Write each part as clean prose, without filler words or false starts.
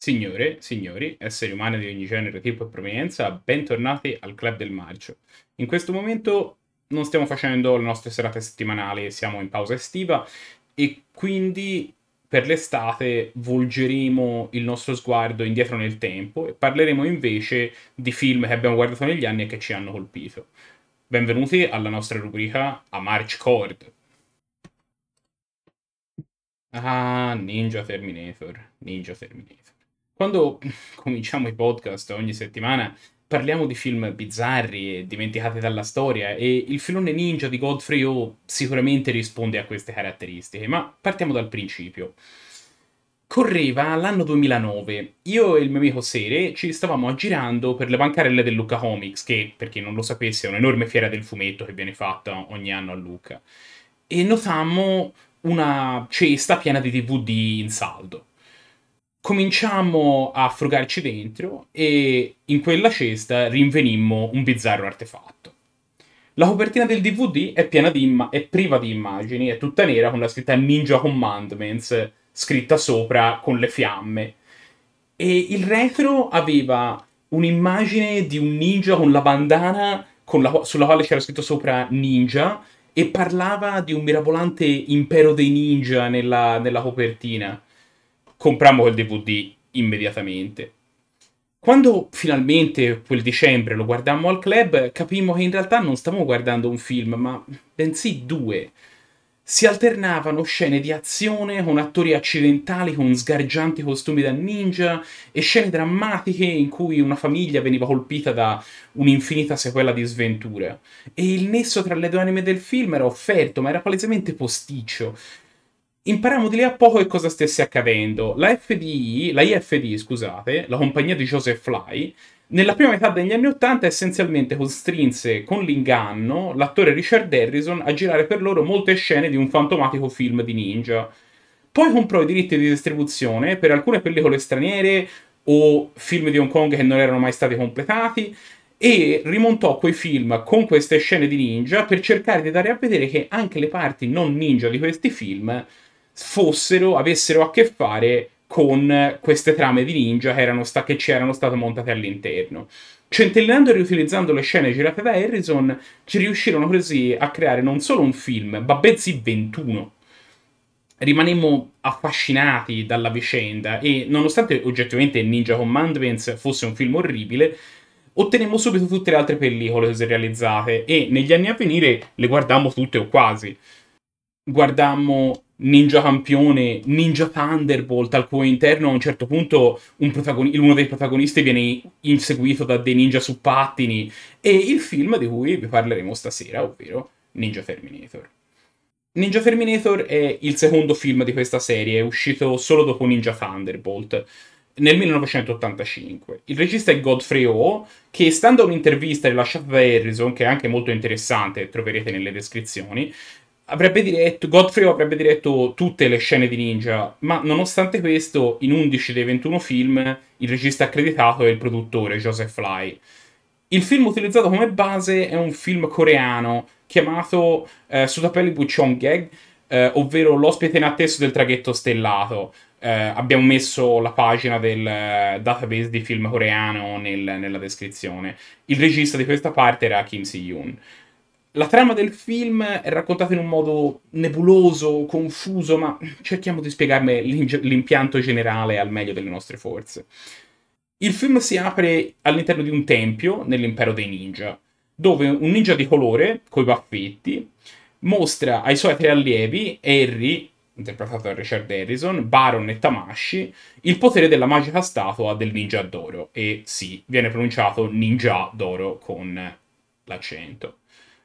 Signore, signori, esseri umani di ogni genere, tipo e provenienza, bentornati al Club del Marcio. In questo momento non stiamo facendo le nostre serate settimanali, siamo in pausa estiva e quindi per l'estate volgeremo il nostro sguardo indietro nel tempo e parleremo invece di film che abbiamo guardato negli anni e che ci hanno colpito. Benvenuti alla nostra rubrica A March Cord. Ah, Ninja Terminator, Ninja Terminator. Quando cominciamo i podcast ogni settimana parliamo di film bizzarri e dimenticati dalla storia e il filone Ninja di Godfrey O sicuramente risponde a queste caratteristiche, ma partiamo dal principio. Correva l'anno 2009, io e il mio amico Sere ci stavamo aggirando per le bancarelle del Lucca Comics, che per chi non lo sapesse è un'enorme fiera del fumetto che viene fatta ogni anno a Lucca, e notammo una cesta piena di DVD in saldo. Cominciammo a frugarci dentro e in quella cesta rinvenimmo un bizzarro artefatto. La copertina del DVD è è priva di immagini, è tutta nera con la scritta Ninja Commandments scritta sopra con le fiamme. E il retro aveva un'immagine di un ninja con la bandana sulla quale c'era scritto sopra Ninja e parlava di un mirabolante impero dei ninja nella copertina. Comprammo quel DVD immediatamente. Quando finalmente quel dicembre lo guardammo al club, capimmo che in realtà non stavamo guardando un film, ma bensì due. Si alternavano scene di azione con attori accidentali con sgargianti costumi da ninja e scene drammatiche in cui una famiglia veniva colpita da un'infinita sequela di sventure. E il nesso tra le due anime del film era offerto, ma era palesemente posticcio. Imparammo di lì a poco che cosa stesse accadendo. La IFD, scusate, la compagnia di Joseph Fly, nella prima metà degli anni Ottanta essenzialmente costrinse con l'inganno l'attore Richard Harrison a girare per loro molte scene di un fantomatico film di ninja. Poi comprò i diritti di distribuzione per alcune pellicole straniere o film di Hong Kong che non erano mai stati completati e rimontò quei film con queste scene di ninja per cercare di dare a vedere che anche le parti non ninja di questi film avessero a che fare con queste trame di ninja che ci erano state montate all'interno. Centellinando e riutilizzando le scene girate da Harrison, ci riuscirono così a creare non solo un film, ma bensì 21. Rimanemmo affascinati dalla vicenda e, nonostante oggettivamente Ninja Commandments fosse un film orribile, ottenemmo subito tutte le altre pellicole così realizzate e negli anni a venire le guardammo tutte o quasi. Guardammo Ninja Campione, Ninja Thunderbolt, al cui interno a un certo punto uno dei protagonisti viene inseguito da dei ninja su pattini, e il film di cui vi parleremo stasera, ovvero Ninja Terminator. Ninja Terminator è il secondo film di questa serie, è uscito solo dopo Ninja Thunderbolt nel 1985. Il regista è Godfrey O, che stando a un'intervista rilasciata da Harrison, che è anche molto interessante, troverete nelle descrizioni, Godfrey avrebbe diretto tutte le scene di Ninja, ma nonostante questo, in 11 dei 21 film, il regista accreditato è il produttore Joseph Fly. Il film utilizzato come base è un film coreano chiamato Sutapeli Buchonggeg, ovvero L'ospite inatteso del traghetto stellato. Abbiamo messo la pagina del database di film coreano nella descrizione. Il regista di questa parte era Kim Si-yoon. La trama del film è raccontata in un modo nebuloso, confuso, ma cerchiamo di spiegarne l'impianto generale al meglio delle nostre forze. Il film si apre all'interno di un tempio nell'impero dei ninja, dove un ninja di colore, coi baffetti, mostra ai suoi tre allievi, Harry, interpretato da Richard Harrison, Baron e Tamashi, il potere della magica statua del ninja d'oro. E sì, viene pronunciato ninja d'oro con l'accento.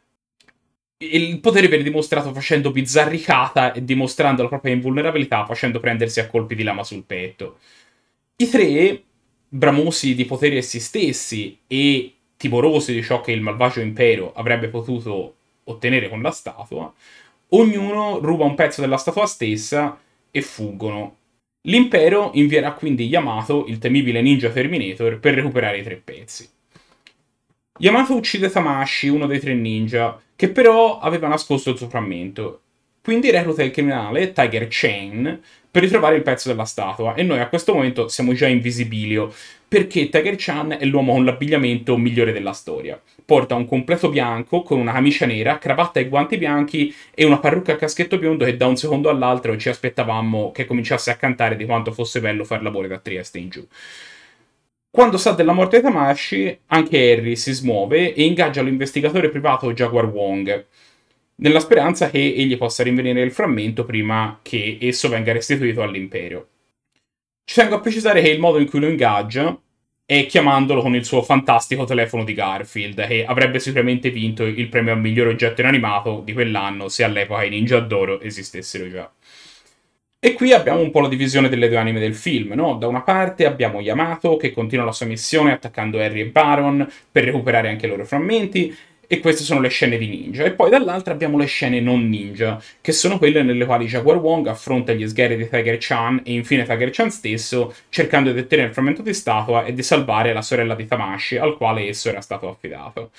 Il potere viene dimostrato facendo bizzarricata e dimostrando la propria invulnerabilità facendo prendersi a colpi di lama sul petto. I tre, bramosi di potere essi stessi e timorosi di ciò che il malvagio impero avrebbe potuto ottenere con la statua, ognuno ruba un pezzo della statua stessa e fuggono. L'impero invierà quindi Yamato, il temibile ninja Terminator, per recuperare i tre pezzi. Yamato uccide Tamashi, uno dei tre ninja, che però aveva nascosto il suo frammento. Quindi recluta il criminale Tiger Chain per ritrovare il pezzo della statua, e noi a questo momento siamo già in visibilio, perché Tiger Chan è l'uomo con l'abbigliamento migliore della storia. Porta un completo bianco con una camicia nera, cravatta e guanti bianchi e una parrucca a caschetto biondo che da un secondo all'altro ci aspettavamo che cominciasse a cantare di quanto fosse bello far lavoro da Trieste in giù. Quando sa della morte di Tamashi, anche Harry si smuove e ingaggia l'investigatore privato Jaguar Wong, nella speranza che egli possa rinvenire il frammento prima che esso venga restituito all'impero. Ci tengo a precisare che il modo in cui lo ingaggia è chiamandolo con il suo fantastico telefono di Garfield, che avrebbe sicuramente vinto il premio al miglior oggetto inanimato di quell'anno se all'epoca i Ninja d'Oro esistessero già. E qui abbiamo un po' la divisione delle due anime del film, no? Da una parte abbiamo Yamato che continua la sua missione attaccando Harry e Baron per recuperare anche i loro frammenti, e queste sono le scene di ninja. E poi dall'altra abbiamo le scene non ninja, che sono quelle nelle quali Jaguar Wong affronta gli sgherri di Tiger Chan e infine Tiger Chan stesso, cercando di ottenere il frammento di statua e di salvare la sorella di Tamashi, al quale esso era stato affidato.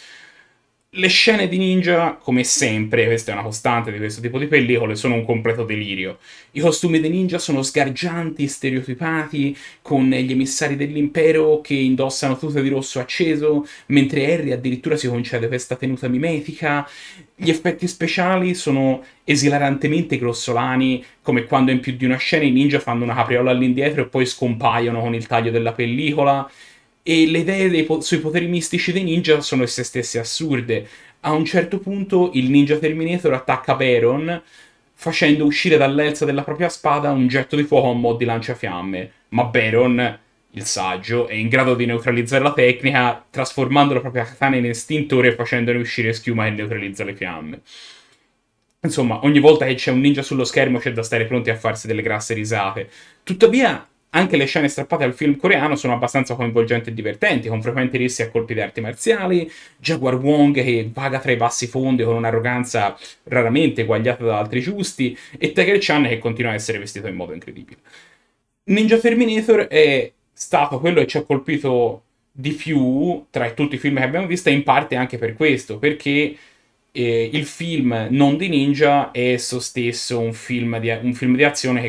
Le scene di ninja, come sempre, questa è una costante di questo tipo di pellicole, sono un completo delirio. I costumi dei ninja sono sgargianti, stereotipati, con gli emissari dell'impero che indossano tute di rosso acceso, mentre Harry addirittura si concede questa tenuta mimetica. Gli effetti speciali sono esilarantemente grossolani, come quando in più di una scena i ninja fanno una capriola all'indietro e poi scompaiono con il taglio della pellicola, e le idee sui poteri mistici dei ninja sono esse stesse assurde. A un certo punto il Ninja Terminator attacca Baron facendo uscire dall'elsa della propria spada un getto di fuoco a mo' di lanciafiamme, ma Baron, il saggio, è in grado di neutralizzare la tecnica trasformando la propria katana in estintore e facendone uscire schiuma che neutralizza le fiamme. Insomma, ogni volta che c'è un ninja sullo schermo c'è da stare pronti a farsi delle grasse risate. Tuttavia, anche le scene strappate al film coreano sono abbastanza coinvolgenti e divertenti, con frequenti rissi a colpi di arti marziali, Jaguar Wong che vaga tra i bassi fondi con un'arroganza raramente eguagliata da altri giusti, e Tiger Chan che continua a essere vestito in modo incredibile. Ninja Terminator è stato quello che ci ha colpito di più tra tutti i film che abbiamo visto, e in parte anche per questo, perché il film non di ninja è esso stesso un film di azione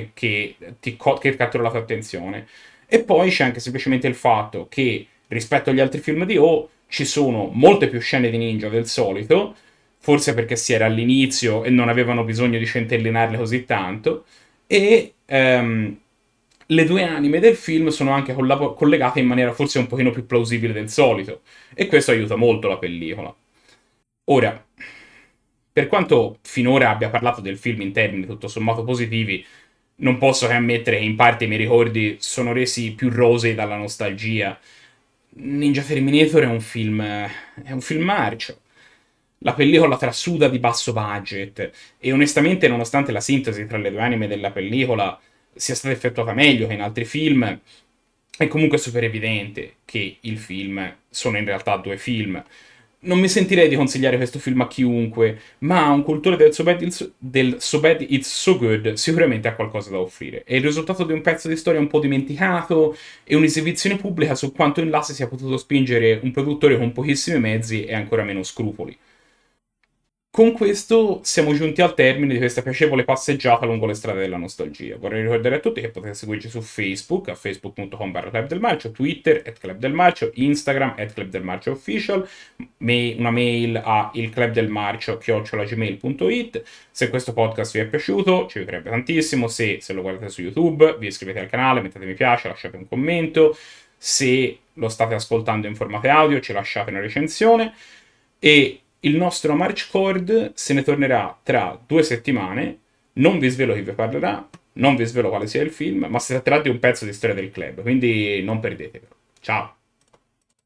che cattura la tua attenzione. E poi c'è anche semplicemente il fatto che rispetto agli altri film di O ci sono molte più scene di ninja del solito, forse perché si era all'inizio e non avevano bisogno di centellinarle così tanto, e le due anime del film sono anche collegate in maniera forse un pochino più plausibile del solito, e questo aiuta molto la pellicola. Ora, per quanto finora abbia parlato del film in termini tutto sommato positivi, non posso che ammettere che in parte i miei ricordi sono resi più rosei dalla nostalgia. Ninja Terminator è un film marcio. La pellicola trasuda di basso budget, e onestamente, nonostante la sintesi tra le due anime della pellicola sia stata effettuata meglio che in altri film, è comunque super evidente che il film sono in realtà due film. Non mi sentirei di consigliare questo film a chiunque, ma un cultore del So Bad It's So Good sicuramente ha qualcosa da offrire. È il risultato di un pezzo di storia un po' dimenticato e un'esibizione pubblica su quanto in là si sia potuto spingere un produttore con pochissimi mezzi e ancora meno scrupoli. Con questo siamo giunti al termine di questa piacevole passeggiata lungo le strade della nostalgia. Vorrei ricordare a tutti che potete seguirci su Facebook, a facebook.com/Club del Marcio, Twitter, @ClubDelMarcio, Instagram, @ClubDelMarcioOfficial, una mail a ilclubdelmarcio@gmail.it. Se questo podcast vi è piaciuto, ci piacerebbe tantissimo. Se lo guardate su YouTube, vi iscrivete al canale, mettete mi piace, lasciate un commento. Se lo state ascoltando in formato audio, ci lasciate una recensione. E il nostro March Cord se ne tornerà tra 2 settimane. Non vi svelo chi vi parlerà, non vi svelo quale sia il film, ma si tratterà di un pezzo di storia del club, quindi non perdetevelo. Ciao!